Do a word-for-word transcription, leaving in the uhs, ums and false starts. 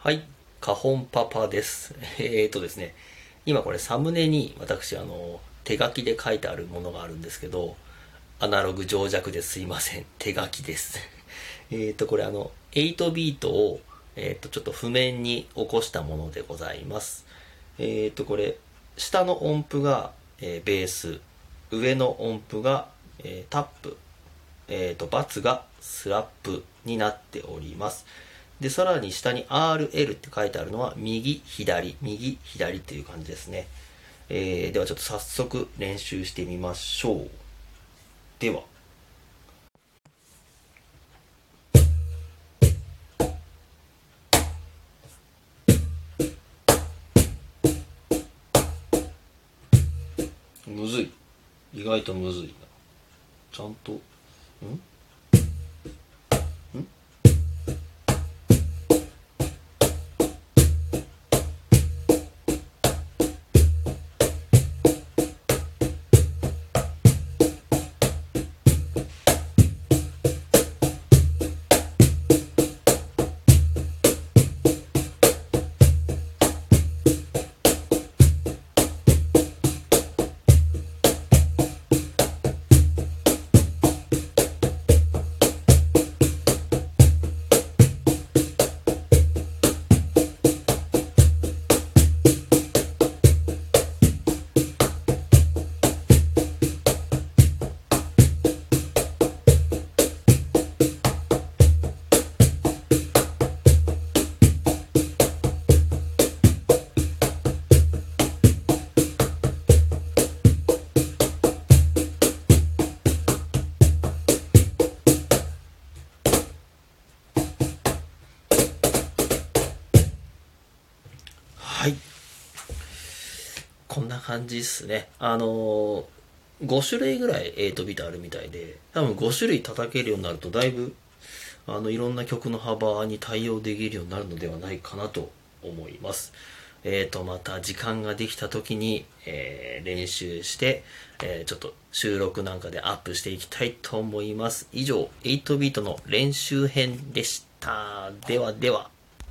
はい、花本パパです。えーとですね、今これサムネに私あの手書きで書いてあるものがあるんですけど、アナログ情弱ですいません。手書きです。えーとこれあのはちビートをえーとちょっと譜面に起こしたものでございます。えーとこれ下の音符が、えーベース、上の音符が、えータップ、えーと、バツがスラップになっております。で、さらに下に アールエル って書いてあるのは右、左、右、左っていう感じですね。えー、ではちょっと早速練習してみましょう。では。むずい。意外とむずいな。ちゃんと、んはい。こんな感じっすね。あのー、ご種類ぐらいはちビートあるみたいで、多分ご種類叩けるようになるとだいぶ、あの、いろんな曲の幅に対応できるようになるのではないかなと思います。えーと、また時間ができた時に、えー練習して、えーちょっと収録なんかでアップしていきたいと思います。以上、はちビートの練習編でした。ではでは。